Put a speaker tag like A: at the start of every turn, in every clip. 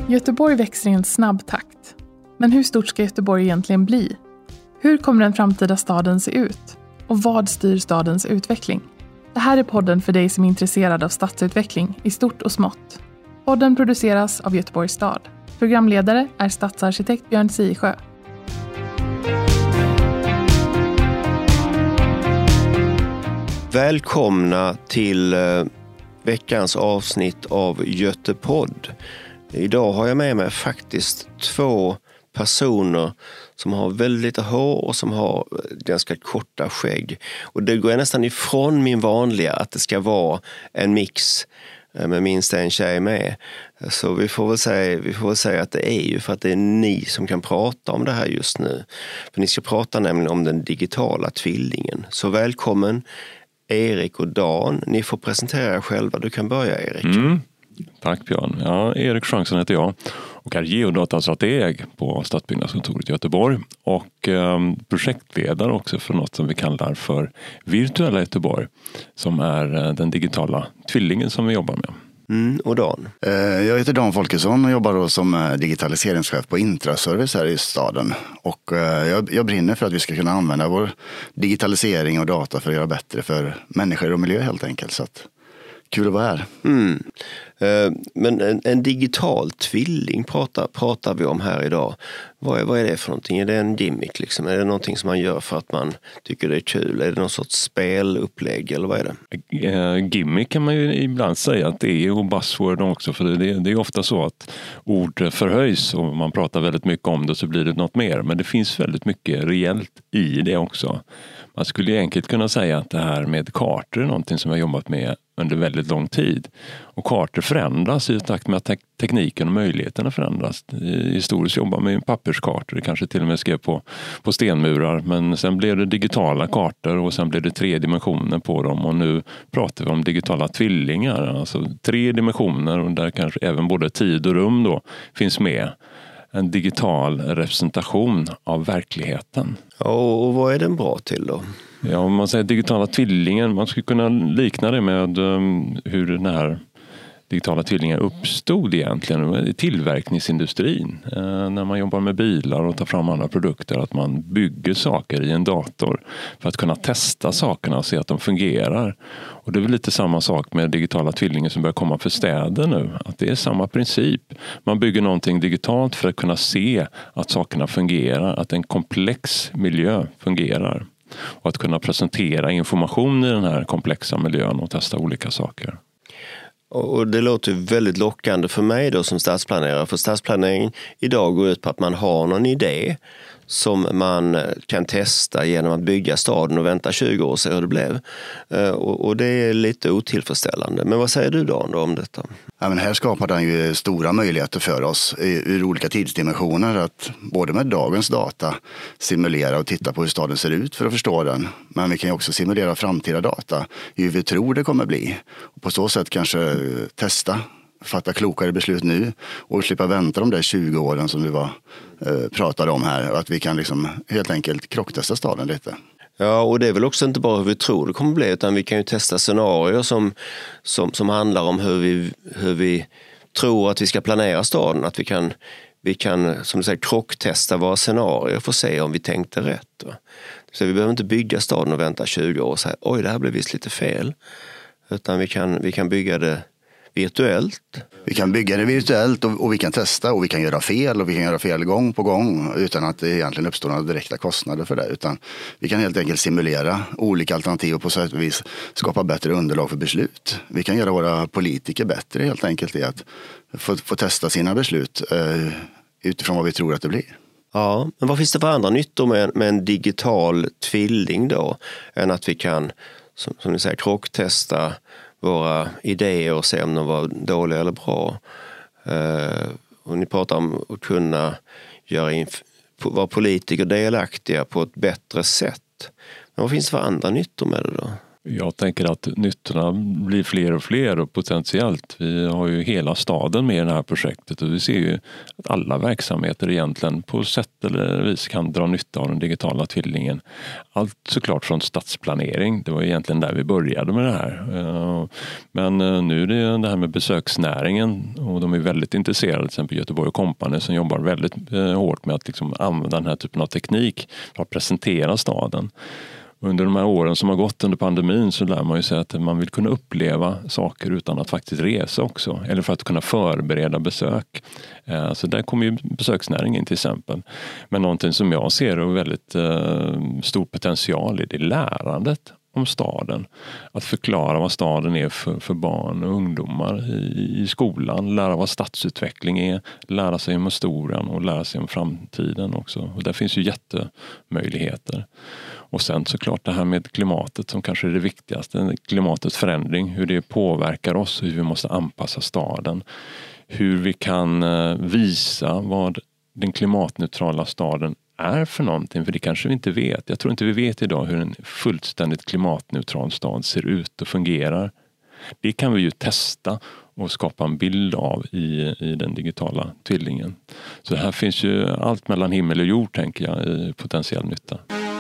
A: Göteborg växer i en snabb takt. Men hur stort ska Göteborg egentligen bli? Hur kommer den framtida staden se ut? Och vad styr stadens utveckling? Det här är podden för dig som är intresserad av stadsutveckling i stort och smått. Podden produceras av Göteborgs stad. Programledare är stadsarkitekt Björn Siesjö.
B: Välkomna till veckans avsnitt av Götepodd. Idag har jag med mig faktiskt två personer som har väldigt lite hår och som har ganska korta skägg. Och det går nästan ifrån min vanliga att det ska vara en mix med minst en tjej med. Så vi får väl säga att det är ju för att det är ni som kan prata om det här just nu. För ni ska prata nämligen om den digitala tvillingen. Så välkommen Erik och Dan. Ni får presentera er själva. Du kan börja, Erik.
C: Tack Björn. Ja, Erik Sjönsson heter jag och är geodatastrateg på Stadsbyggnadskontoret i Göteborg och projektledare också för något som vi kallar för Virtuella Göteborg, som är den digitala tvillingen som vi jobbar med.
B: Och Dan?
D: Jag heter Dan Folkesson och jobbar då som digitaliseringschef på Intraservice här i staden. Och jag brinner för att vi ska kunna använda vår digitalisering och data för att göra bättre för människor och miljö helt enkelt. Så att, kul att vara här.
B: Men en digital tvilling pratar vi om här idag. Vad är det för någonting? Är det en gimmick liksom? Är det någonting som man gör för att man tycker det är kul? Är det någon sorts spelupplägg eller vad är det?
C: Gimmick kan man ju ibland säga att det är, och buzzword också, för det är ofta så att ord förhöjs och man pratar väldigt mycket om det så blir det något mer. Men det finns väldigt mycket reellt i det också. Man skulle enkelt kunna säga att det här med kartor är någonting som jag har jobbat med under väldigt lång tid. Och kartor förändras i takt med att tekniken och möjligheterna förändras. Historiskt jobbar med papperskartor, det kanske till och med skrev på stenmurar. Men sen blev det digitala kartor och sen blev det 3 dimensioner på dem. Och nu pratar vi om digitala tvillingar, alltså 3 dimensioner och där kanske även både tid och rum då finns med. En digital representation av verkligheten.
B: Och vad är den bra till då?
C: Ja, om man säger digitala tvillingen, man skulle kunna likna det med hur den här digitala tvillingen uppstod egentligen i tillverkningsindustrin. När man jobbar med bilar och tar fram andra produkter, att man bygger saker i en dator för att kunna testa sakerna och se att de fungerar. Och det är väl lite samma sak med digitala tvillingen som börjar komma för städer nu. Att det är samma princip. Man bygger någonting digitalt för att kunna se att sakerna fungerar, att en komplex miljö fungerar. Och att kunna presentera information i den här komplexa miljön och testa olika saker.
B: Och det låter väldigt lockande för mig då som stadsplanerare. För stadsplanering idag går ut på att man har någon idé som man kan testa genom att bygga staden och vänta 20 år och se hur det blev. Och det är lite otillfredsställande. Men vad säger du då om detta?
D: Ja, men här skapar den ju stora möjligheter för oss ur olika tidsdimensioner att både med dagens data simulera och titta på hur staden ser ut för att förstå den. Men vi kan ju också simulera framtida data, hur vi tror det kommer bli. Och på så sätt kanske testa, fatta klokare beslut nu och slippa vänta de där 20 åren som vi pratade om här. Och att vi kan liksom helt enkelt krocktesta staden lite.
B: Ja, och det är väl också inte bara hur vi tror det kommer bli, utan vi kan ju testa scenarier som handlar om hur vi tror att vi ska planera staden. Att vi kan som du säger, krocktesta våra scenarier för att se om vi tänkte rätt. Va? Så vi behöver inte bygga staden och vänta 20 år och säga oj, det här blev visst lite fel. Utan vi kan bygga det virtuellt.
D: Vi kan bygga det virtuellt och vi kan testa och vi kan göra fel och vi kan göra fel gång på gång utan att det egentligen uppstår några direkta kostnader för det. Utan vi kan helt enkelt simulera olika alternativ och på så vis skapa bättre underlag för beslut. Vi kan göra våra politiker bättre helt enkelt i att få testa sina beslut utifrån vad vi tror att det blir.
B: Ja, men vad finns det för andra nyttor med en digital tvilling då? Än att vi kan, som ni säger, krocktesta våra idéer och se om de var dåliga eller bra. Och ni pratar om att kunna vara politiker delaktiga på ett bättre sätt. Men vad finns det för andra nyttor med det då?
C: Jag tänker att nyttorna blir fler och fler och potentiellt. Vi har ju hela staden med i det här projektet och vi ser ju att alla verksamheter egentligen på sätt eller vis kan dra nytta av den digitala tvillingen. Allt såklart från stadsplanering, det var egentligen där vi började med det här. Men nu är det här med besöksnäringen och de är väldigt intresserade, till exempel Göteborg & Company som jobbar väldigt hårt med att liksom använda den här typen av teknik för att presentera staden. Under de här åren som har gått under pandemin så lär man ju sig att man vill kunna uppleva saker utan att faktiskt resa också. Eller för att kunna förbereda besök. Så där kommer ju besöksnäringen till exempel. Men någonting som jag ser är väldigt stor potential i det lärandet om staden. Att förklara vad staden är för barn och ungdomar i skolan. Lära vad stadsutveckling är. Lära sig om historien och lära sig om framtiden också. Och där finns ju jättemöjligheter. Och sen såklart det här med klimatet som kanske är det viktigaste. Klimatets förändring, hur det påverkar oss, hur vi måste anpassa staden. Hur vi kan visa vad den klimatneutrala staden är för någonting, för det kanske vi inte vet. Jag tror inte vi vet idag hur en fullständigt klimatneutral stad ser ut och fungerar. Det kan vi ju testa och skapa en bild av i den digitala tvillingen. Så här finns ju allt mellan himmel och jord, tänker jag, i potentiell nytta.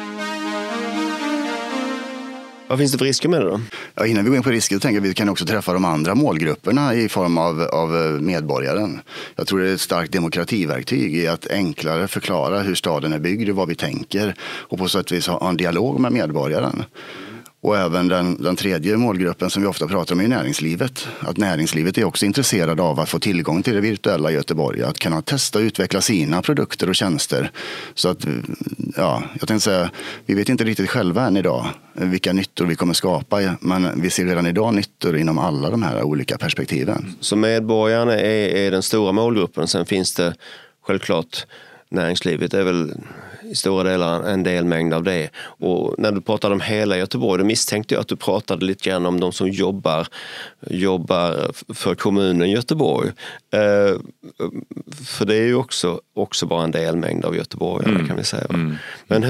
B: Vad finns det för risker med det då?
D: Ja, innan vi går in på risker tänker jag att vi kan också träffa de andra målgrupperna i form av medborgaren. Jag tror det är ett starkt demokrativerktyg i att enklare förklara hur staden är byggd och vad vi tänker och på så att vi ha en dialog med medborgaren. Och även den tredje målgruppen som vi ofta pratar om är näringslivet. Att näringslivet är också intresserad av att få tillgång till det virtuella Göteborg. Att kunna testa och utveckla sina produkter och tjänster. Så att, ja, jag tänkte säga, vi vet inte riktigt själva än idag vilka nyttor vi kommer skapa. Men vi ser redan idag nyttor inom alla de här olika perspektiven.
B: Så medborgarna är den stora målgruppen. Sen finns det självklart näringslivet är väl i stora delar en delmängd av det. Och när du pratade om hela Göteborg, då misstänkte jag att du pratade lite grann om de som jobbar för kommunen Göteborg. För det är ju också bara en delmängd av göteborgarna kan vi säga. Men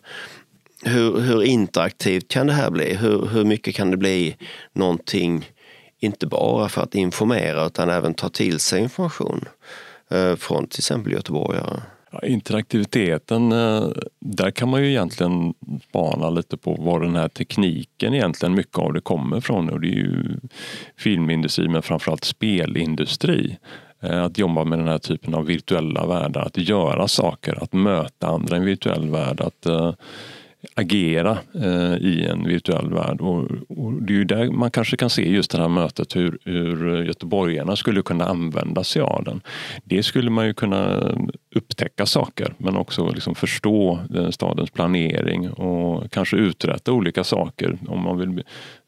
B: hur interaktivt kan det här bli? Hur mycket kan det bli någonting, inte bara för att informera utan även ta till sig information från till exempel göteborgare?
C: Interaktiviteten, där kan man ju egentligen spana lite på var den här tekniken egentligen mycket av det kommer från, och det är ju filmindustri men framförallt spelindustri. Att jobba med den här typen av virtuella världar, att göra saker, att möta andra i en virtuell värld, att agera i en virtuell värld. Och det är ju där man kanske kan se just det här mötet hur göteborgarna skulle kunna använda sig av den. Det skulle man ju kunna upptäcka saker men också liksom förstå stadens planering och kanske uträtta olika saker om man vill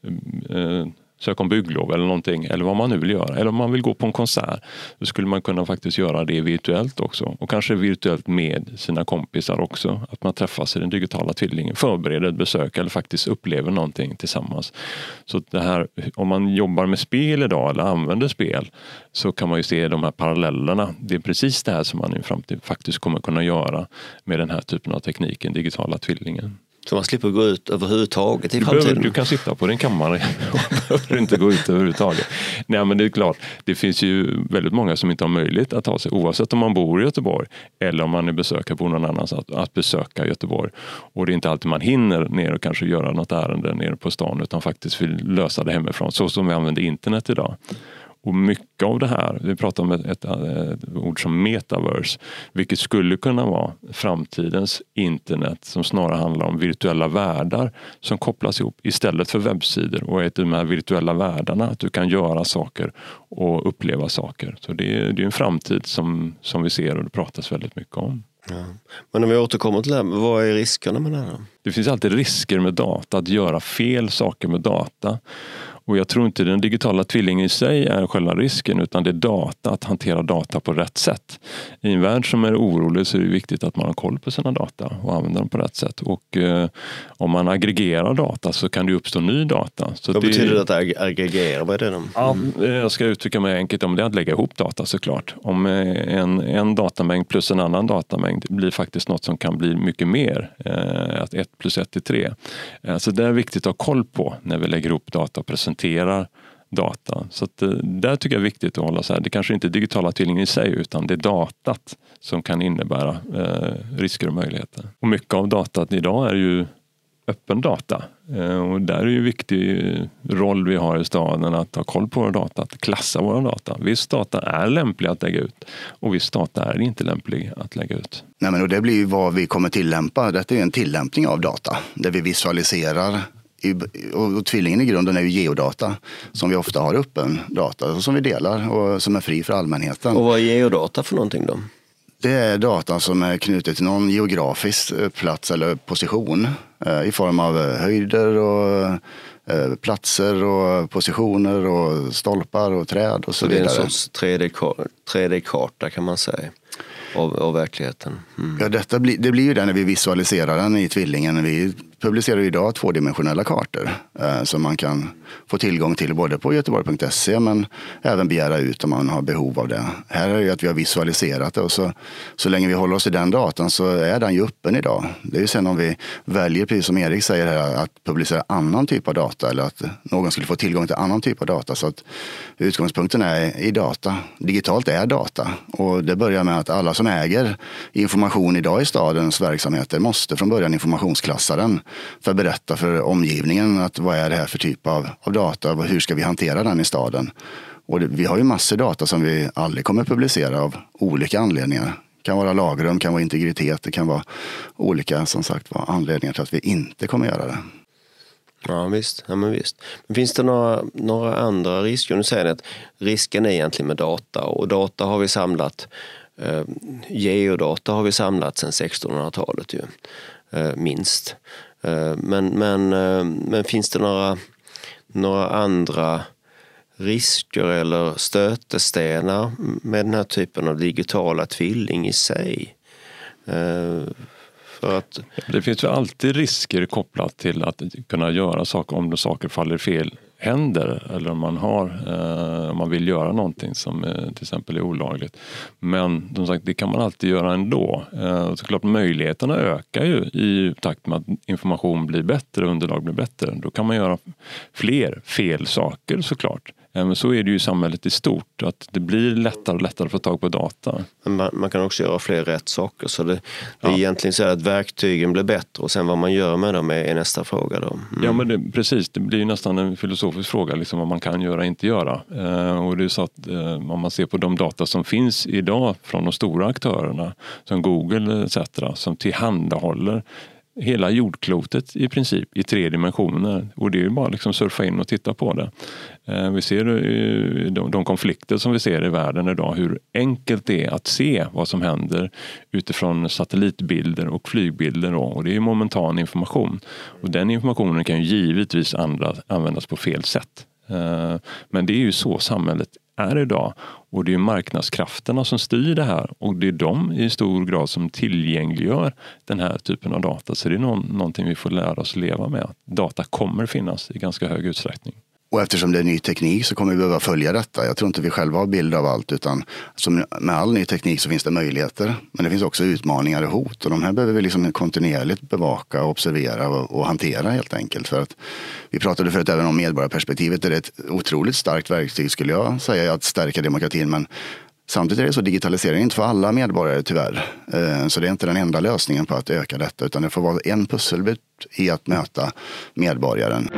C: söka om bygglov eller någonting, eller vad man nu vill göra. Eller om man vill gå på en konsert, så skulle man kunna faktiskt göra det virtuellt också. Och kanske virtuellt med sina kompisar också. Att man träffas i den digitala tvillingen, förbereder ett besök eller faktiskt upplever någonting tillsammans. Så det här, om man jobbar med spel idag eller använder spel, så kan man ju se de här parallellerna. Det är precis det här som man i framtiden faktiskt kommer kunna göra med den här typen av tekniken, digitala tvillingen.
B: Så man slipper gå ut överhuvudtaget i framtiden.
C: Du kan sitta på din kammare och behöver inte gå ut överhuvudtaget. Nej, men det är klart, det finns ju väldigt många som inte har möjlighet att ta sig, oavsett om man bor i Göteborg eller om man är besökare på någon annanstans, att besöka Göteborg. Och det är inte alltid man hinner ner och kanske göra något ärende nere på stan, utan faktiskt vill lösa det hemifrån, så som vi använder internet idag. Och mycket av det här, vi pratar om ett ord som metaverse, vilket skulle kunna vara framtidens internet som snarare handlar om virtuella världar som kopplas ihop istället för webbsidor, och är de här virtuella världarna att du kan göra saker och uppleva saker. Så det är en framtid som vi ser och det pratas väldigt mycket om.
B: Ja. Men om vi återkommer till det här, vad är riskerna med det här?
C: Det finns alltid risker med data, att göra fel saker med data. Och jag tror inte den digitala tvillingen i sig är själva risken, utan det är data, att hantera data på rätt sätt. I en värld som är orolig så är det viktigt att man har koll på sina data och använder dem på rätt sätt. Och om man aggregerar data så kan det uppstå ny data. Så
B: vad betyder det att aggregera? Vad är det då?
C: Ja, jag ska uttrycka mig enkelt om det, att lägga ihop data såklart. Om en datamängd plus en annan datamängd blir faktiskt något som kan bli mycket mer. Att 1 + 1 = 3. Så det är viktigt att ha koll på när vi lägger ihop data och presenterar data. Så att, där tycker jag är viktigt att hålla så här. Det kanske inte är digitala tvillingen i sig, utan det är datat som kan innebära risker och möjligheter. Och mycket av datat idag är ju öppen data. Och där är ju en viktig roll vi har i staden att ha koll på våra data, att klassa våra data. Viss data är lämplig att lägga ut och viss data är inte lämplig att lägga ut.
D: Nej, men och det blir ju vad vi kommer tillämpa. Detta är en tillämpning av data där vi visualiserar. Och tvillingen i grunden är ju geodata som vi ofta har öppen data som vi delar och som är fri för allmänheten.
B: Och vad är geodata för någonting då?
D: Det är data som är knutet till någon geografisk plats eller position i form av höjder och platser och positioner och stolpar och träd och så vidare.
B: Det är en sorts 3D-karta kan man säga av verkligheten. Mm.
D: Ja, det blir ju det när vi visualiserar den i tvillingen. Vi publicerar idag 2-dimensionella kartor som man kan få tillgång till både på göteborg.se men även begära ut om man har behov av det. Här är det ju att vi har visualiserat det och så länge vi håller oss i den datan så är den ju öppen idag. Det är ju sen om vi väljer, precis som Erik säger här, att publicera annan typ av data eller att någon skulle få tillgång till annan typ av data. Så att utgångspunkten är i data. Digitalt är data och det börjar med att alla som äger information idag i stadens verksamheter måste från början informationsklassa den för att berätta för omgivningen att vad är det här för typ av data och hur ska vi hantera den i staden. Och vi har ju massor data som vi aldrig kommer publicera av olika anledningar. Det kan vara lagrum, kan vara integritet, det kan vara olika som sagt anledningar till att vi inte kommer göra det.
B: Ja visst. Men finns det några andra risker? Nu säger ni att risken är egentligen med data och data har vi samlat. Geodata har vi samlat sedan 1600-talet ju, minst. Men finns det några andra risker eller stötestenar med den här typen av digitala tvilling i sig? För att...
C: Det finns ju alltid risker kopplat till att kunna göra saker om saker faller fel händer eller om man vill göra någonting som till exempel är olagligt. Men som sagt, det kan man alltid göra ändå. Såklart möjligheterna ökar ju i takt med att information blir bättre, underlag blir bättre. Då kan man göra fler fel saker såklart. Men så är det ju i samhället i stort, att det blir lättare och lättare att få tag på data.
B: Men man kan också göra fler rätt saker, så det är egentligen så att verktygen blir bättre och sen vad man gör med dem är nästa fråga då. Mm.
C: Ja men precis, det blir nästan en filosofisk fråga liksom, vad man kan göra och inte göra. Och det är så att om man ser på de data som finns idag från de stora aktörerna som Google etc. som tillhandahåller hela jordklotet i princip i 3 dimensioner. Och det är ju bara liksom surfa in och titta på det. Vi ser de konflikter som vi ser i världen idag, hur enkelt det är att se vad som händer utifrån satellitbilder och flygbilder. Och det är momentan information. Och den informationen kan ju givetvis användas på fel sätt. Men det är ju så samhället är idag. Och det är marknadskrafterna som styr det här. Och det är de i stor grad som tillgängliggör den här typen av data. Så det är någonting vi får lära oss leva med. Data kommer finnas i ganska hög utsträckning.
D: Och eftersom det är ny teknik så kommer vi behöva följa detta. Jag tror inte vi själva har bild av allt, utan som med all ny teknik så finns det möjligheter. Men det finns också utmaningar och hot, och de här behöver vi liksom kontinuerligt bevaka, observera och hantera helt enkelt. För att vi pratade förut även om medborgarperspektivet. Det är ett otroligt starkt verktyg skulle jag säga att stärka demokratin, men samtidigt är det så digitalisering inte för alla medborgare tyvärr. Så det är inte den enda lösningen på att öka detta, utan det får vara en pusselbit i att möta medborgaren.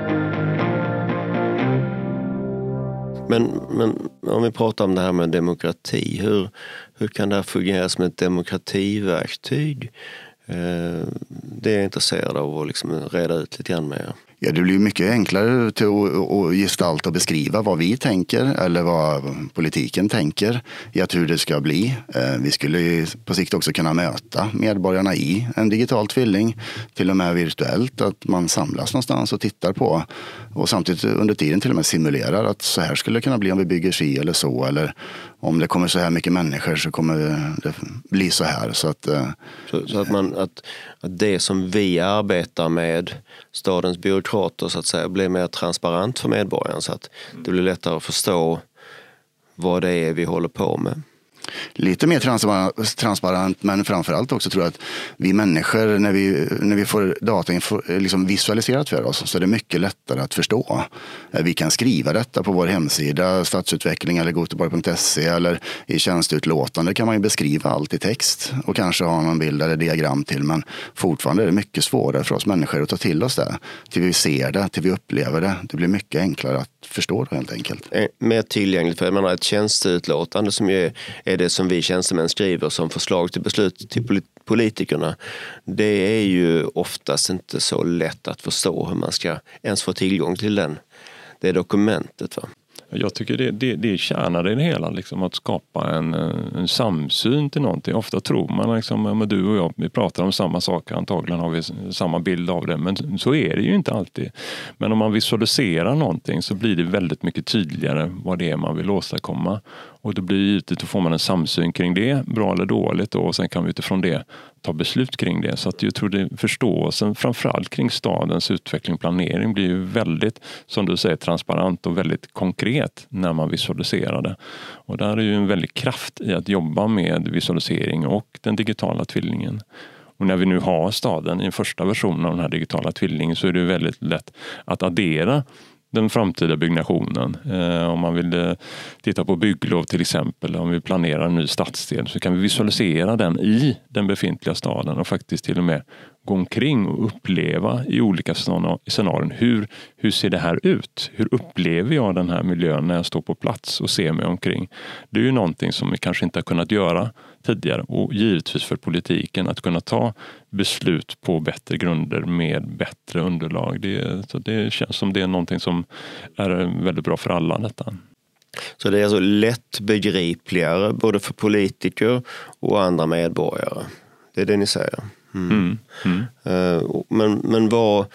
B: Men om vi pratar om det här med demokrati, hur kan det här fungera som ett demokrativerktyg? Det är jag intresserad av att liksom reda ut lite grann med.
D: Ja, det blir mycket enklare till att gestalta och beskriva vad vi tänker eller vad politiken tänker i att hur det ska bli. Vi skulle på sikt också kunna möta medborgarna i en digital tvilling, till och med virtuellt, att man samlas någonstans och tittar på och samtidigt under tiden till och med simulerar att så här skulle det kunna bli om vi bygger sig eller så, eller om det kommer så här mycket människor så kommer det bli så här. Så att
B: det som vi arbetar med, stadens byråkrater så att säga, blir mer transparent för medborgaren så att det blir lättare att förstå vad det är vi håller på med.
D: Lite mer transparent, men framförallt också tror jag att vi människor, när vi får data liksom visualiserat för oss, så är det mycket lättare att förstå. Vi kan skriva detta på vår hemsida, stadsutveckling eller goteborg.se, eller i tjänsteutlåtande kan man ju beskriva allt i text och kanske ha någon bild eller diagram till, men fortfarande är det mycket svårare för oss människor att ta till oss det. Till vi ser det, till vi upplever det. Det blir mycket enklare att förstå det helt enkelt.
B: Mer tillgängligt, för jag menar ett tjänsteutlåtande som är det som vi tjänstemän skriver som förslag till beslut till politikerna, det är ju oftast inte så lätt att förstå hur man ska ens få tillgång till det dokumentet. Va?
C: Jag tycker det är kärnan i det hela, liksom, att skapa en samsyn till någonting. Ofta tror man liksom, du och jag, vi pratar om samma saker, antagligen har vi samma bild av det, men så är det ju inte alltid. Men om man visualiserar någonting så blir det väldigt mycket tydligare vad det är man vill åstadkomma. Och då blir det givetvis, då får man en samsyn kring det, bra eller dåligt, och sen kan vi utifrån det ta beslut kring det. Så att jag tror det förståelsen framförallt kring stadens utveckling och planering blir ju väldigt, som du säger, transparent och väldigt konkret när man visualiserar det. Och där är ju en väldig kraft i att jobba med visualisering och den digitala tvillingen. Och när vi nu har staden i en första version av den här digitala tvillingen så är det väldigt lätt att addera den framtida byggnationen. Om man vill titta på bygglov till exempel, om vi planerar en ny stadsdel, så kan vi visualisera den i den befintliga staden och faktiskt till och med gå omkring och uppleva i olika scenarion. Hur ser det här ut? Hur upplever jag den här miljön när jag står på plats och ser mig omkring? Det är ju någonting som vi kanske inte har kunnat göra tidigare, och givetvis för politiken att kunna ta beslut på bättre grunder med bättre underlag. Det känns som det är någonting som är väldigt bra för alla detta.
B: Så det är alltså lättbegripligare både för politiker och andra medborgare. Det är det ni säger. Men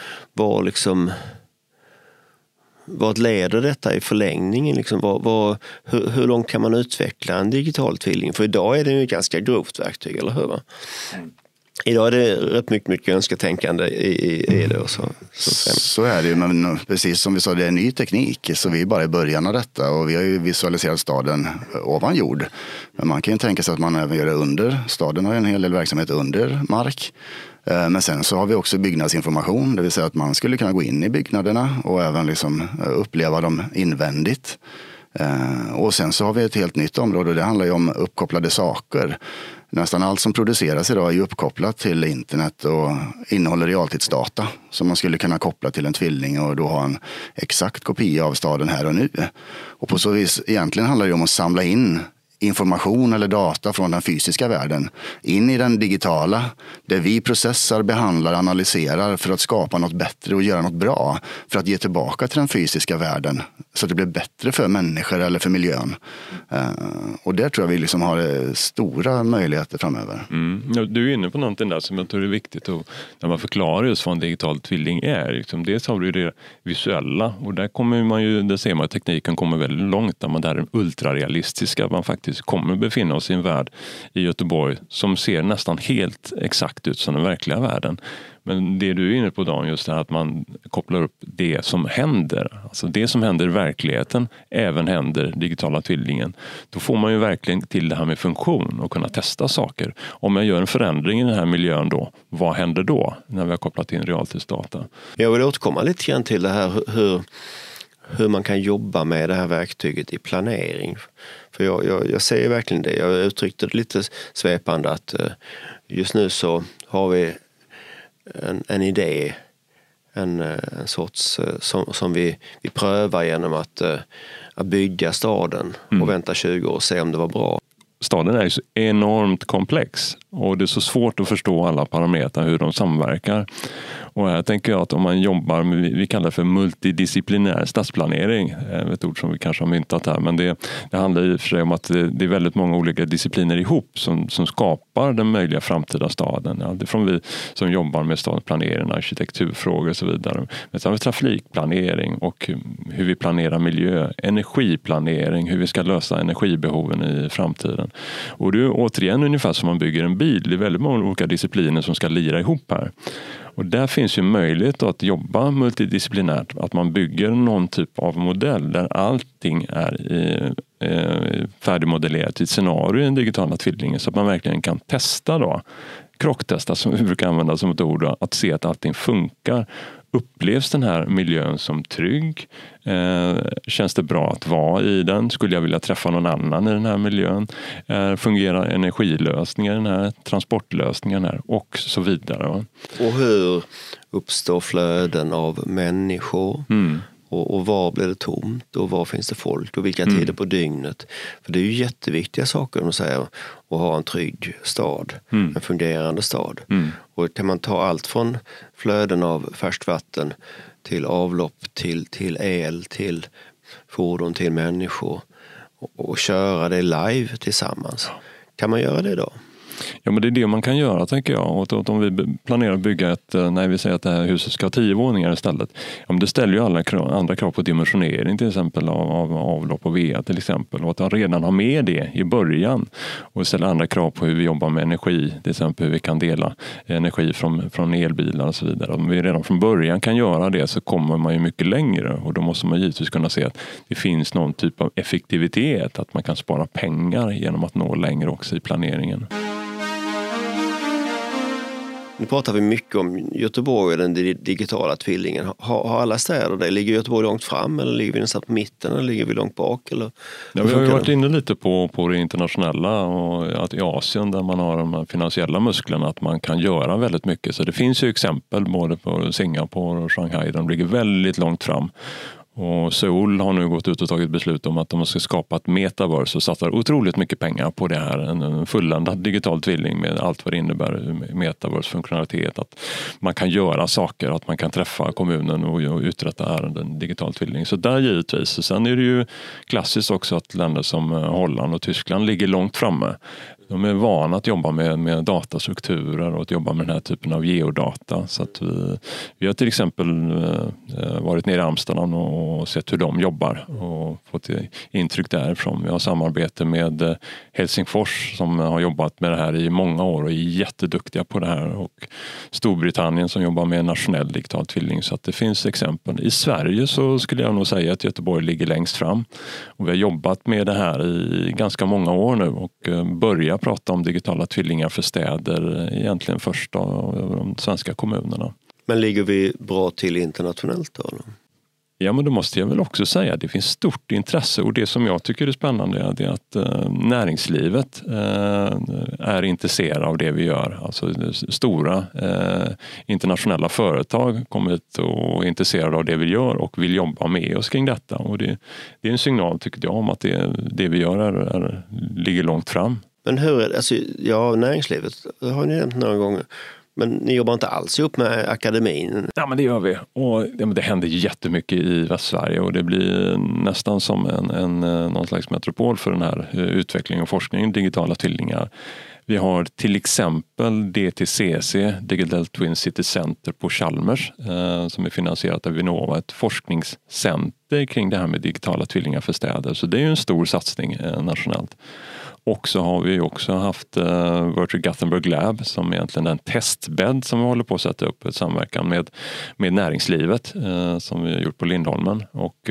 B: vad leder detta i förlängningen? Liksom, hur långt kan man utveckla en digital tvilling? För idag är det ju ett ganska grovt verktyg, eller hur? Va? Idag är det rätt mycket önsketänkande i det.
D: Så är det ju, men precis som vi sa, det är ny teknik, så vi är bara i början av detta, och vi har ju visualiserat staden ovan jord. Men man kan ju tänka sig att man även gör det under. Staden har en hel del verksamhet under mark. Men sen så har vi också byggnadsinformation, det vill säga att man skulle kunna gå in i byggnaderna och även liksom uppleva dem invändigt. Och sen så har vi ett helt nytt område, och det handlar ju om uppkopplade saker. Nästan allt som produceras idag är ju uppkopplat till internet och innehåller realtidsdata som man skulle kunna koppla till en tvilling och då ha en exakt kopia av staden här och nu. Och på så vis egentligen handlar det om att samla in information eller data från den fysiska världen in i den digitala, där vi processar, behandlar, analyserar för att skapa något bättre och göra något bra, för att ge tillbaka till den fysiska världen så att det blir bättre för människor eller för miljön. Och där tror jag vi liksom har stora möjligheter framöver.
C: Du är inne på någonting där som jag tror är viktigt, och när man förklarar just vad en digital tvilling är. Liksom, dels har du det visuella, och där kommer man ju, där ser man att tekniken kommer väldigt långt, där man där är ultrarealistiska, man faktiskt kommer befinna oss i en värld i Göteborg som ser nästan helt exakt ut som den verkliga världen. Men det du är inne på, Dan, just det här att man kopplar upp det som händer. Alltså det som händer i verkligheten även händer digitala tvillingen. Då får man ju verkligen till det här med funktion och kunna testa saker. Om jag gör en förändring i den här miljön då, vad händer då när vi har kopplat in realtidsdata? Jag
B: vill återkomma lite grann till det här hur man kan jobba med det här verktyget i planering. För jag säger verkligen det. Jag uttryckte det lite svepande att just nu så har vi en idé, en sorts som vi prövar genom att bygga staden och vänta 20 år och se om det var bra.
C: Staden är ju så enormt komplex, och det är så svårt att förstå alla parametrar, hur de samverkar. Och här tänker jag att om man jobbar med, vi kallar det för multidisciplinär stadsplanering, ett ord som vi kanske har myntat här, men det handlar i och för sig om att det är väldigt många olika discipliner ihop som skapar den möjliga framtida staden. Ja, det är från vi som jobbar med stadsplanering, arkitekturfrågor och så vidare. Men sen har vi trafikplanering och hur vi planerar miljö, energiplanering, hur vi ska lösa energibehoven i framtiden. Och det är återigen ungefär som man bygger en bil. Det är väldigt många olika discipliner som ska lira ihop här. Och där finns ju möjlighet att jobba multidisciplinärt, att man bygger någon typ av modell där allting är färdigmodellerat i ett scenario i den digitala tvillingen, så att man verkligen kan testa då, krocktesta som vi brukar använda som ett ord, att se att allting funkar. Upplevs den här miljön som trygg? Känns det bra att vara i den? Skulle jag vilja träffa någon annan i den här miljön? Fungerar energilösningar, den här transportlösningen här och så vidare. Va?
B: Och hur uppstår flöden av människor? Och var blir det tomt och var finns det folk och vilka tider på dygnet? För det är ju jätteviktiga saker att säga, att ha en trygg stad, en fungerande stad. Och kan man ta allt från flöden av färskvatten till avlopp, till el, till fordon, till människor och köra det live tillsammans. Kan man göra det då?
C: Ja, men det är det man kan göra, tänker jag. Och om vi planerar att bygga när vi säger att det här huset ska ha 10 våningar istället. Ja, men det ställer ju alla andra krav på dimensionering, till exempel av avlopp och VA till exempel. Och att man redan har med det i början. Och ställer andra krav på hur vi jobbar med energi, till exempel hur vi kan dela energi från elbilar och så vidare. Om vi redan från början kan göra det, så kommer man ju mycket längre. Och då måste man givetvis kunna se att det finns någon typ av effektivitet, att man kan spara pengar genom att nå längre också i planeringen.
B: Nu pratar vi mycket om Göteborg och den digitala tvillingen. Har alla städer det? Ligger Göteborg långt fram eller ligger vi nästan på mitten eller ligger vi långt bak? Eller?
C: Ja, vi har ju varit inne lite på det internationella och att i Asien där man har de finansiella musklerna, att man kan göra väldigt mycket. Så det finns ju exempel både på Singapore och Shanghai, de ligger väldigt långt fram. Och Seoul har nu gått ut och tagit beslut om att de ska skapa ett metaverse och satsar otroligt mycket pengar på det här. En fulländad digital tvilling med allt vad det innebär, metaverse-funktionalitet. Att man kan göra saker, att man kan träffa kommunen och uträtta ärenden, digital tvilling. Så där givetvis. Sen är det ju klassiskt också att länder som Holland och Tyskland ligger långt framme. De är vana att jobba med datastrukturer och att jobba med den här typen av geodata. Så att vi har till exempel varit nere i Amsterdam och sett hur de jobbar och fått intryck därifrån. Vi har samarbete med Helsingfors som har jobbat med det här i många år och är jätteduktiga på det här. Och Storbritannien som jobbar med nationell digital tvilling. Så att det finns exempel. I Sverige så skulle jag nog säga att Göteborg ligger längst fram. Och vi har jobbat med det här i ganska många år nu och börjar prata om digitala tvillingar för städer egentligen först av de svenska kommunerna.
B: Men ligger vi bra till internationellt då? Eller?
C: Ja, men då måste jag väl också säga att det finns stort intresse, och det som jag tycker är spännande är att näringslivet är intresserade av det vi gör. Alltså stora internationella företag kommer hit och är intresserade av det vi gör och vill jobba med oss kring detta. Och det är en signal, tycker jag, om att det vi gör ligger långt fram.
B: Men hur är det? Alltså, näringslivet har ni nämnt några gånger. Men ni jobbar inte alls ihop med akademin?
C: Ja, men det gör vi. Och det händer jättemycket i Västsverige och det blir nästan som någon slags metropol för den här utvecklingen och forskningen, digitala tvillingar. Vi har till exempel DTCC, Digital Twin City Center på Chalmers, som är finansierat av Vinnova, ett forskningscenter kring det här med digitala tvillingar för städer. Så det är ju en stor satsning nationellt. Och så har vi också haft Virtual Gothenburg Lab som egentligen är en testbädd som vi håller på att sätta upp i samverkan med näringslivet som vi har gjort på Lindholmen. Och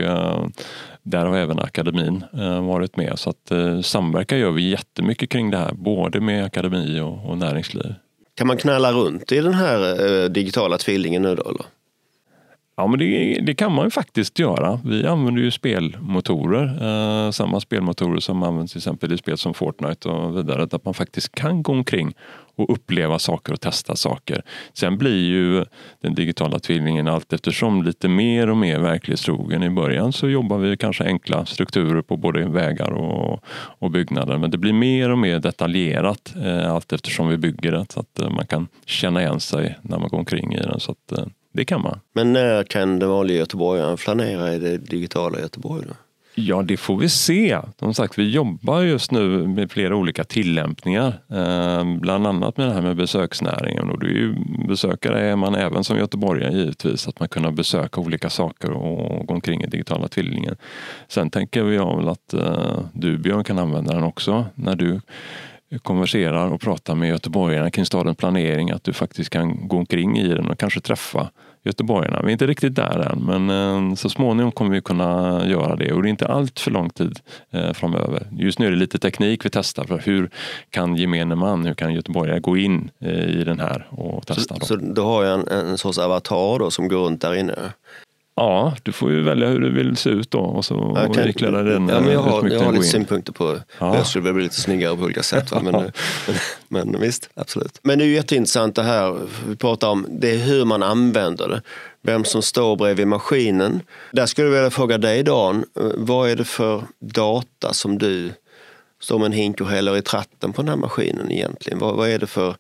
C: där har även akademin varit med. Så att samverka gör vi jättemycket kring det här, både med akademi och näringsliv.
B: Kan man knalla runt i den här digitala tvillingen nu då? Eller?
C: Ja, men det kan man ju faktiskt göra. Vi använder ju spelmotorer, samma spelmotorer som används till exempel i spel som Fortnite och vidare, att man faktiskt kan gå omkring och uppleva saker och testa saker. Sen blir ju den digitala tvillingen allt eftersom lite mer och mer verklighetstrogen. I början så jobbar vi kanske enkla strukturer på både vägar och byggnader, men det blir mer och mer detaljerat allt eftersom vi bygger det, så att man kan känna igen sig när man går omkring i den, så att det kan man.
B: Men när kan den vanliga göteborgaren flanera i det digitala Göteborg då?
C: Ja, det får vi se. Som sagt, vi jobbar just nu med flera olika tillämpningar. Bland annat med det här med besöksnäringen. Och det är ju, besökare är man även som göteborgare givetvis. Att man kan besöka olika saker och gå omkring i digitala tvillingen. Sen tänker jag väl att du, Björn, kan använda den också när du konverserar och pratar med göteborgarna kring stadens planering, att du faktiskt kan gå omkring i den och kanske träffa göteborgarna. Vi är inte riktigt där än, men så småningom kommer vi kunna göra det, och det är inte allt för lång tid framöver. Just nu är det lite teknik vi testar för hur kan gemene man, hur kan göteborgare gå in i den här och testa.
B: Så då har jag en sorts avatar då som går runt där inne?
C: Ja, du får ju välja hur du vill se ut då, och så ikläda den.
B: Ja, men jag har lite synpunkter på hur jag skulle bli lite snyggare på olika sätt. Va? Men visst, absolut. Men det är ju jätteintressant det här vi pratar om. Det är hur man använder det. Vem som står bredvid maskinen. Där skulle jag vilja fråga dig, Dan. Vad är det för data som du står med en hink och häller i tratten på den här maskinen egentligen? Vad är det för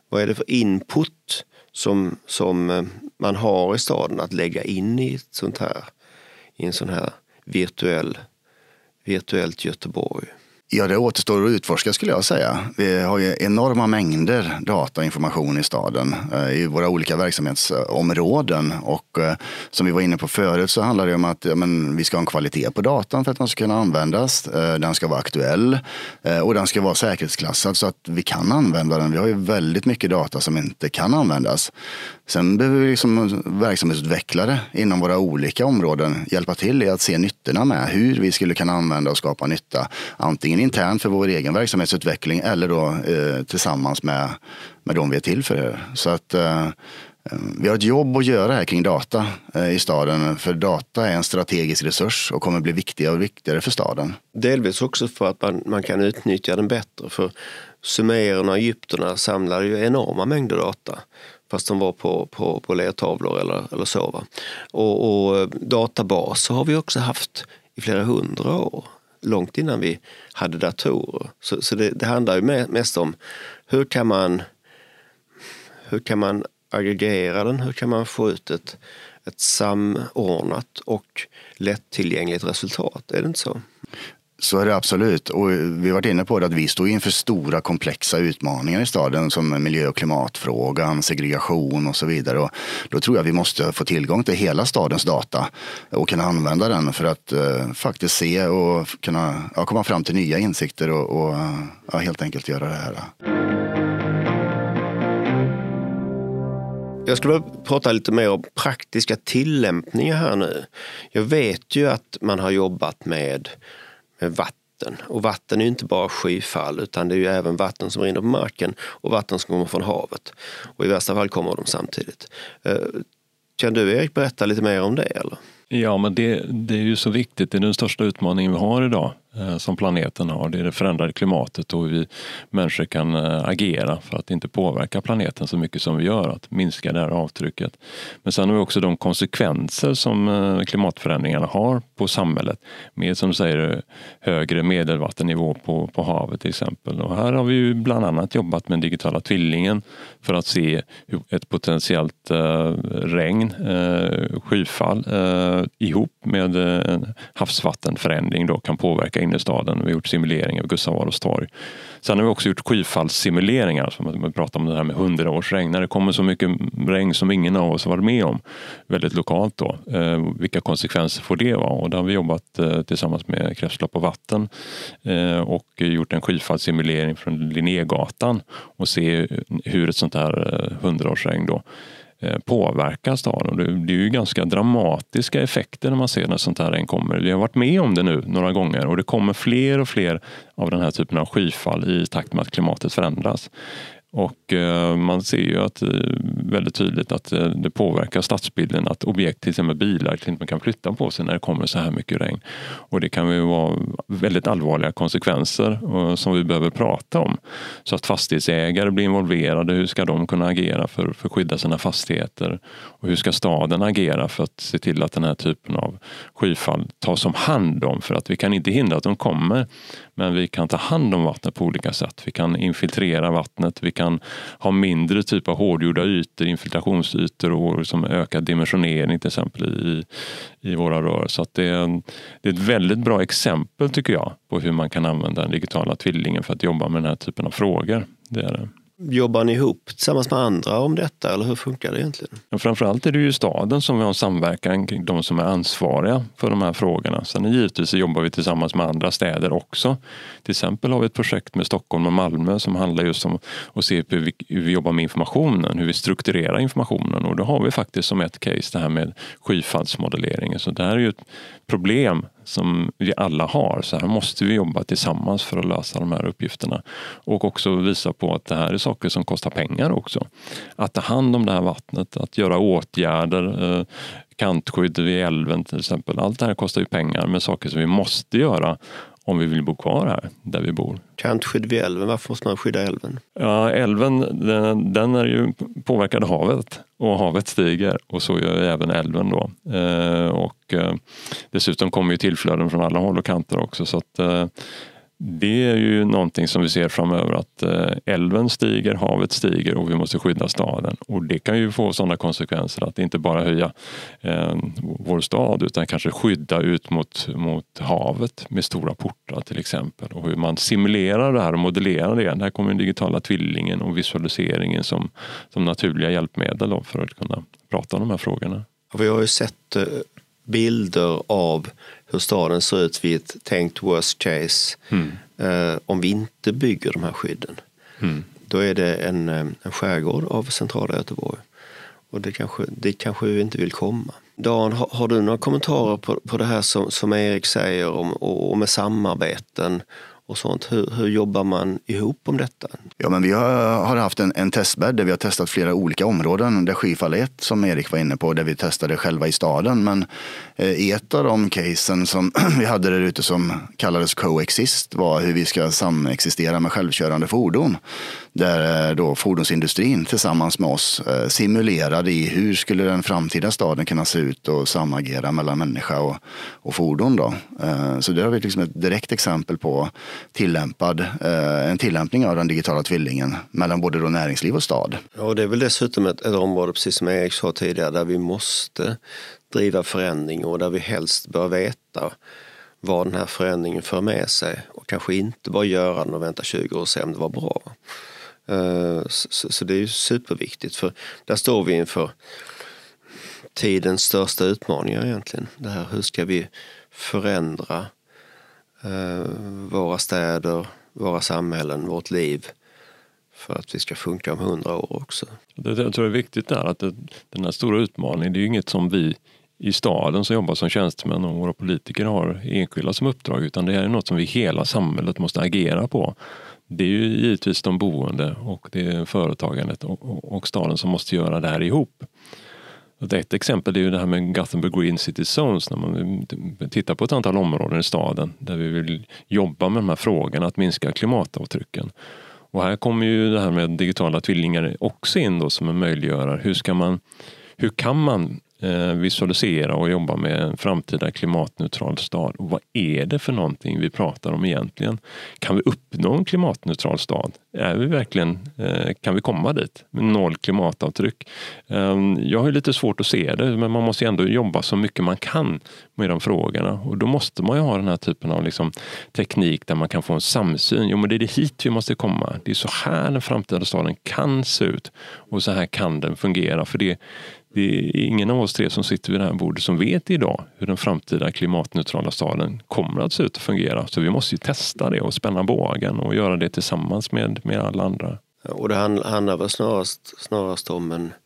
B: input som man har i staden att lägga in i en sån här virtuellt Göteborg?
D: Ja, det återstår att utforska skulle jag säga. Vi har ju enorma mängder data och information i staden i våra olika verksamhetsområden, och som vi var inne på förut så handlar det om att vi ska ha en kvalitet på datan för att den ska kunna användas. Den ska vara aktuell och den ska vara säkerhetsklassad så att vi kan använda den. Vi har ju väldigt mycket data som inte kan användas. Sen behöver vi verksamhetsutvecklare inom våra olika områden hjälpa till i att se nyttorna med hur vi skulle kunna använda och skapa nytta. Antingen internt för vår egen verksamhetsutveckling eller då tillsammans med de vi är till för. Så att vi har ett jobb att göra här kring data i staden, för data är en strategisk resurs och kommer bli viktigare och viktigare för staden. Delvis
B: också för att man kan utnyttja den bättre, för sumererna och egypterna samlar ju enorma mängder data. Fast de var på lertavlor eller så. Va? Och databaser har vi också haft i flera 100 år. Långt innan vi hade datorer. Så det handlar ju mest om hur kan man aggregera den? Hur kan man få ut ett samordnat och lättillgängligt resultat? Är det inte så?
D: Så är det absolut. Och vi har varit inne på det att vi står inför stora komplexa utmaningar i staden som miljö- och klimatfrågan, segregation och så vidare. Och då tror jag vi måste få tillgång till hela stadens data och kunna använda den för att faktiskt se och kunna komma fram till nya insikter och helt enkelt göra det här.
B: Jag skulle prata lite mer om praktiska tillämpningar här nu. Jag vet ju att man har jobbat med vatten. Och vatten är ju inte bara skyfall, utan det är ju även vatten som rinner på marken och vatten som kommer från havet. Och i värsta fall kommer de samtidigt. Kan du, Erik, berätta lite mer om det eller?
C: Ja, men det är ju så viktigt. Det är den största utmaningen vi har idag som planeten har. Det är det förändrade klimatet och hur vi människor kan agera för att inte påverka planeten så mycket som vi gör, att minska det här avtrycket. Men sen har vi också de konsekvenser som klimatförändringarna har på samhället. Med, som du säger, högre medelvattennivå på havet till exempel. Och här har vi ju bland annat jobbat med den digitala tvillingen för att se hur ett potentiellt regn, skyfall ihop med en havsvattenförändring då kan påverka innerstaden. Vi har gjort simuleringar av Gustav Adolfs torg. Sen har vi också gjort skyfallssimuleringar, som man pratar om det här med 100-årsregn. När det kommer så mycket regn som ingen av oss har varit med om, väldigt lokalt då. Vilka konsekvenser får det vara? Och där har vi jobbat tillsammans med Kretslopp och vatten och gjort en skyfallssimulering från Linnégatan och se hur ett sånt här 100-årsregn då påverkar staden. Det är ju ganska dramatiska effekter när man ser när sånt här regn kommer. Vi har varit med om det nu några gånger och det kommer fler och fler av den här typen av skyfall i takt med att klimatet förändras. Och man ser ju att väldigt tydligt att det påverkar stadsbilden att objekt, till exempel bilar, inte kan flytta på sig när det kommer så här mycket regn. Och det kan ju vara väldigt allvarliga konsekvenser som vi behöver prata om. Så att fastighetsägare blir involverade, hur ska de kunna agera för att skydda sina fastigheter? Och hur ska staden agera för att se till att den här typen av skyfall tas om hand om? För att vi kan inte hindra att de kommer, men vi kan ta hand om vattnet på olika sätt. Vi kan infiltrera vattnet, vi kan ha mindre typ av hårdgjorda ytor, infiltrationsytor och som ökad dimensionering till exempel i våra rör. Så att det är ett väldigt bra exempel tycker jag på hur man kan använda den digitala tvillingen för att jobba med den här typen av frågor. Det är det.
B: Jobbar ni ihop tillsammans med andra om detta eller hur funkar det egentligen?
C: Och framförallt är det ju staden som vi har samverkan kring de som är ansvariga för de här frågorna. Sen givetvis så jobbar vi tillsammans med andra städer också. Till exempel har vi ett projekt med Stockholm och Malmö som handlar just om att se hur vi jobbar med informationen, hur vi strukturerar informationen. Och då har vi faktiskt som ett case det här med skyfallsmodelleringen. Så det här är ju ett problem som vi alla har. Så här måste vi jobba tillsammans för att lösa de här uppgifterna. Och också visa på att det här är saker som kostar pengar också. Att ta hand om det här vattnet, att göra åtgärder, kantskydd vid älven till exempel. Allt det här kostar ju pengar, men saker som vi måste göra om vi vill bo kvar här där vi bor.
B: Kantskydd vid älven, varför måste man skydda älven?
C: Ja, älven den är ju påverkad av havet och havet stiger och så gör även älven då. Dessutom kommer ju tillflöden från alla håll och kanter också så att det är ju någonting som vi ser framöver att älven stiger, havet stiger och vi måste skydda staden. Och det kan ju få sådana konsekvenser att inte bara höja vår stad utan kanske skydda ut mot havet med stora portar till exempel. Och hur man simulerar det här och modellerar det. Där kommer den digitala tvillingen och visualiseringen som naturliga hjälpmedel då för att kunna prata om de här frågorna.
B: Vi har ju sett bilder av hur staden ser ut vid ett tänkt worst case om vi inte bygger de här skydden. Då är det en skärgård av centrala Göteborg. Och det kanske vi inte vill komma. Dan, har du några kommentarer på det här som Erik säger och med samarbeten och sånt? Hur jobbar man ihop om detta?
D: Ja, men vi har haft en testbädd där vi har testat flera olika områden. Där skyfall är ett, som Erik var inne på, där vi testade själva i staden. Men i ett av de casen som vi hade där ute som kallades coexist var hur vi ska samexistera med självkörande fordon. Där då fordonsindustrin tillsammans med oss simulerade i hur skulle den framtida staden kunna se ut och samagera mellan människa och fordon då. Så det har vi liksom ett direkt exempel på en tillämpning av den digitala tvillingen mellan både då näringsliv och stad.
B: Ja, och det är väl dessutom ett område, precis som Erik sa tidigare, där vi måste driva förändring och där vi helst bör veta vad den här förändringen för med sig och kanske inte bara göra den och vänta 20 år sedan det var bra. Så det är ju superviktigt, för där står vi inför tidens största utmaningar egentligen. Det här, hur ska vi förändra våra städer, våra samhällen, vårt liv för att vi ska funka om 100 år också.
C: Jag tror det är viktigt där att den här stora utmaningen, det är ju inget som vi i staden som jobbar som tjänstemän och våra politiker har enskilda som uppdrag, utan det är något som vi hela samhället måste agera på. Det är ju givetvis de boende och det är företagandet och staden som måste göra det här ihop. Ett exempel är ju det här med Gothenburg Green City Zones, när man tittar på ett antal områden i staden där vi vill jobba med de här frågorna att minska klimatavtrycken. Och här kommer ju det här med digitala tvillingar också in då som en möjliggörare. Hur kan man visualisera och jobba med en framtida klimatneutral stad? Och vad är det för någonting vi pratar om egentligen? Kan vi uppnå en klimatneutral stad? Kan vi komma dit med 0 klimatavtryck? Jag har lite svårt att se det, men man måste ändå jobba så mycket man kan med de frågorna. Och då måste man ju ha den här typen av teknik där man kan få en samsyn. Jo, men det är det hit vi måste komma. Det är så här den framtida staden kan se ut och så här kan den fungera. För det är ingen av oss tre som sitter vid det här bordet som vet idag hur den framtida klimatneutrala staden kommer att se ut och fungera. Så vi måste ju testa det och spänna bågen och göra det tillsammans med alla andra.
B: Och det handlar väl snarast om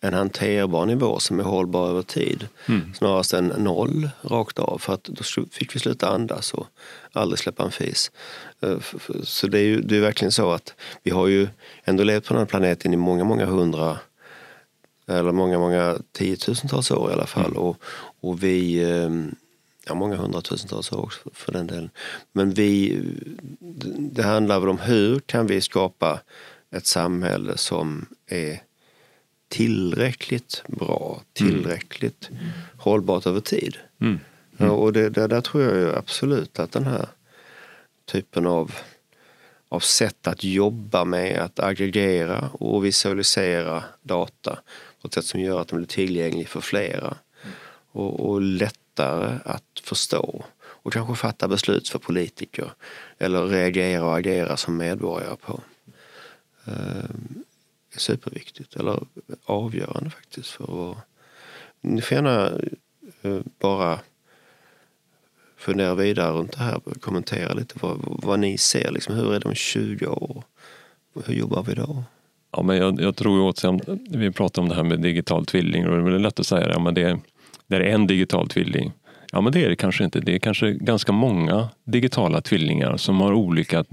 B: en hanterbar nivå som är hållbar över tid. Snarast än 0 rakt av, för att då fick vi sluta andas och aldrig släppa en fis. Så det är verkligen så att vi har ju ändå levt på den här planeten i många hundra eller många tiotusentals år i alla fall, och vi många hundratusentals år också för den delen. Men det handlar väl om hur kan vi skapa ett samhälle som är tillräckligt bra, tillräckligt hållbart över tid. Och där tror jag ju absolut att den här typen av sätt att jobba med att aggregera och visualisera data på ett sätt som gör att den blir tillgänglig för flera och lättare att förstå och kanske fatta beslut för politiker eller reagera och agera som medborgare på. Är superviktigt eller avgörande faktiskt för ni får gärna bara fundera vidare runt det här, kommentera lite vad ni ser, liksom, hur är det om 20 år? Hur jobbar vi då?
C: Ja, men jag tror ju återigen, vi pratar om det här med digital tvilling och det är lätt att säga ja, men det är en digital tvilling. Ja, men det är det kanske inte. Det är kanske ganska många digitala tvillingar som har olika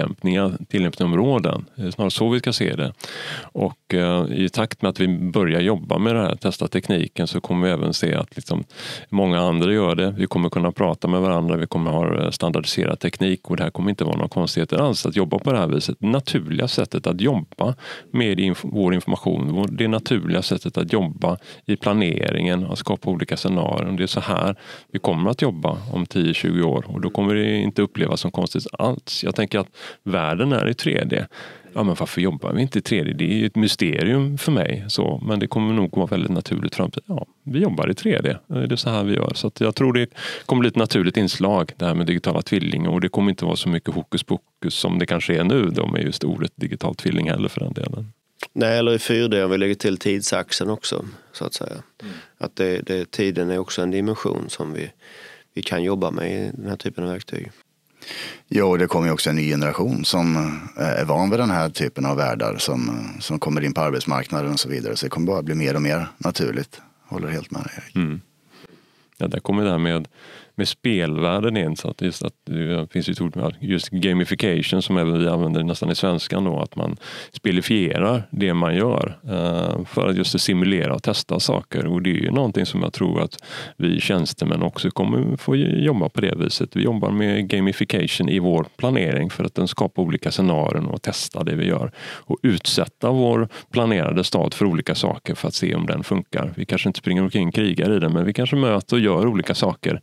C: tillämpningsområden. Det är snarare så vi ska se det. Och i takt med att vi börjar jobba med det här, testa tekniken, så kommer vi även se att liksom, många andra gör det. Vi kommer kunna prata med varandra, vi kommer ha standardiserad teknik och det här kommer inte vara några konstigheter alls att jobba på det här viset. Det naturliga sättet att jobba med vår information, det naturliga sättet att jobba i planeringen och skapa olika scenarier. Det är så här vi kommer att jobba om 10-20 år och då kommer det inte upplevas som konstigt alls. Jag tänker att världen är i 3D. Ja, men varför jobbar vi inte i 3D? Det är ju ett mysterium för mig. Så, men det kommer nog vara väldigt naturligt framtid. Ja, vi jobbar i 3D. Det är så här vi gör. Så att jag tror det kommer bli ett naturligt inslag, det här med digitala tvilling. Och det kommer inte vara så mycket hokus pokus som det kanske är nu då med just ordet digital tvilling heller för den delen.
B: Nej, eller i 4D om vi lägger till tidsaxeln också, så att säga. Att tiden är också en dimension som vi kan jobba med i den här typen av verktyg.
D: Jo, det kommer ju också en ny generation som är van vid den här typen av världar som kommer in på arbetsmarknaden och så vidare. Så det kommer bara bli mer och mer naturligt. Håller helt med dig, Erik.
C: Ja, där kommer det här med spelvärlden in, så att det finns ju ett ord, just gamification som även vi använder nästan i svenskan då, att man spelifierar det man gör för att just simulera och testa saker, och det är ju någonting som jag tror att vi tjänstemän också kommer få jobba på det viset. Vi jobbar med gamification i vår planering för att den skapar olika scenarier och testa det vi gör och utsätta vår planerade stad för olika saker för att se om den funkar. Vi kanske inte springer omkring krigar i den, men vi kanske möter och gör olika saker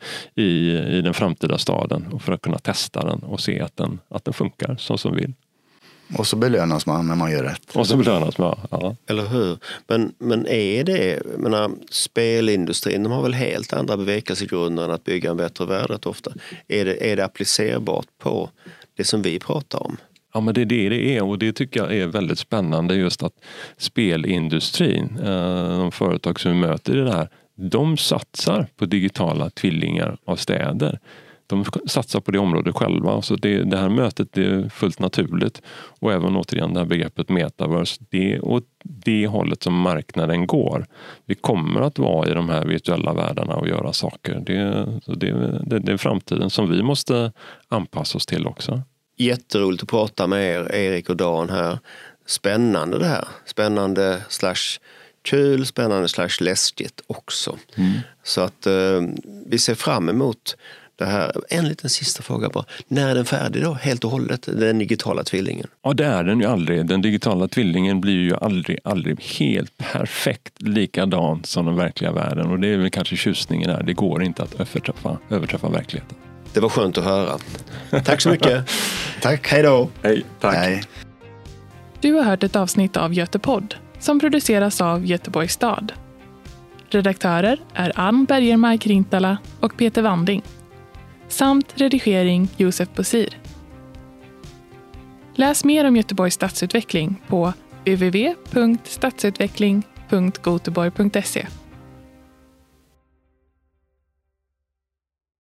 C: i den framtida staden och för att kunna testa den och se att den funkar så som vi vill.
D: Och så belönas man när man gör rätt.
C: Och så belönas man, ja.
B: Eller hur? Men är det, spelindustrin, de har väl helt andra bevekelsegrunder än att bygga en bättre värld rätt ofta. Är det applicerbart på det som vi pratar om?
C: Ja, men det är, och det tycker jag är väldigt spännande, just att spelindustrin, de företag som vi möter i det här, de satsar på digitala tvillingar av städer. De satsar på det området själva. Så det här mötet är fullt naturligt. Och även återigen det här begreppet metaverse. Det är åt det hållet som marknaden går. Vi kommer att vara i de här virtuella världarna och göra saker. Det är framtiden som vi måste anpassa oss till också.
B: Jätteroligt att prata med er, Erik och Dan här. Spännande det här. Spännande / kul, spännande / läskigt också. Så att vi ser fram emot det här. En liten sista fråga bara. När är den färdig då? Helt och hållet, den digitala tvillingen?
C: Ja, det är den ju aldrig. Den digitala tvillingen blir ju aldrig helt perfekt likadan som den verkliga världen. Och det är väl kanske tjusningen där. Det går inte att överträffa verkligheten.
B: Det var skönt att höra. Tack så mycket.
D: Tack.
B: Hej då.
C: Hej, tack.
D: Hej.
A: Du har hört ett avsnitt av Götepodd som produceras av Göteborgs stad. Redaktörer är Ann Bergermark Rintala och Peter Wanding. Samt redigering Josef Bosir. Läs mer om Göteborgs stadsutveckling på www.stadsutveckling.goteborg.se.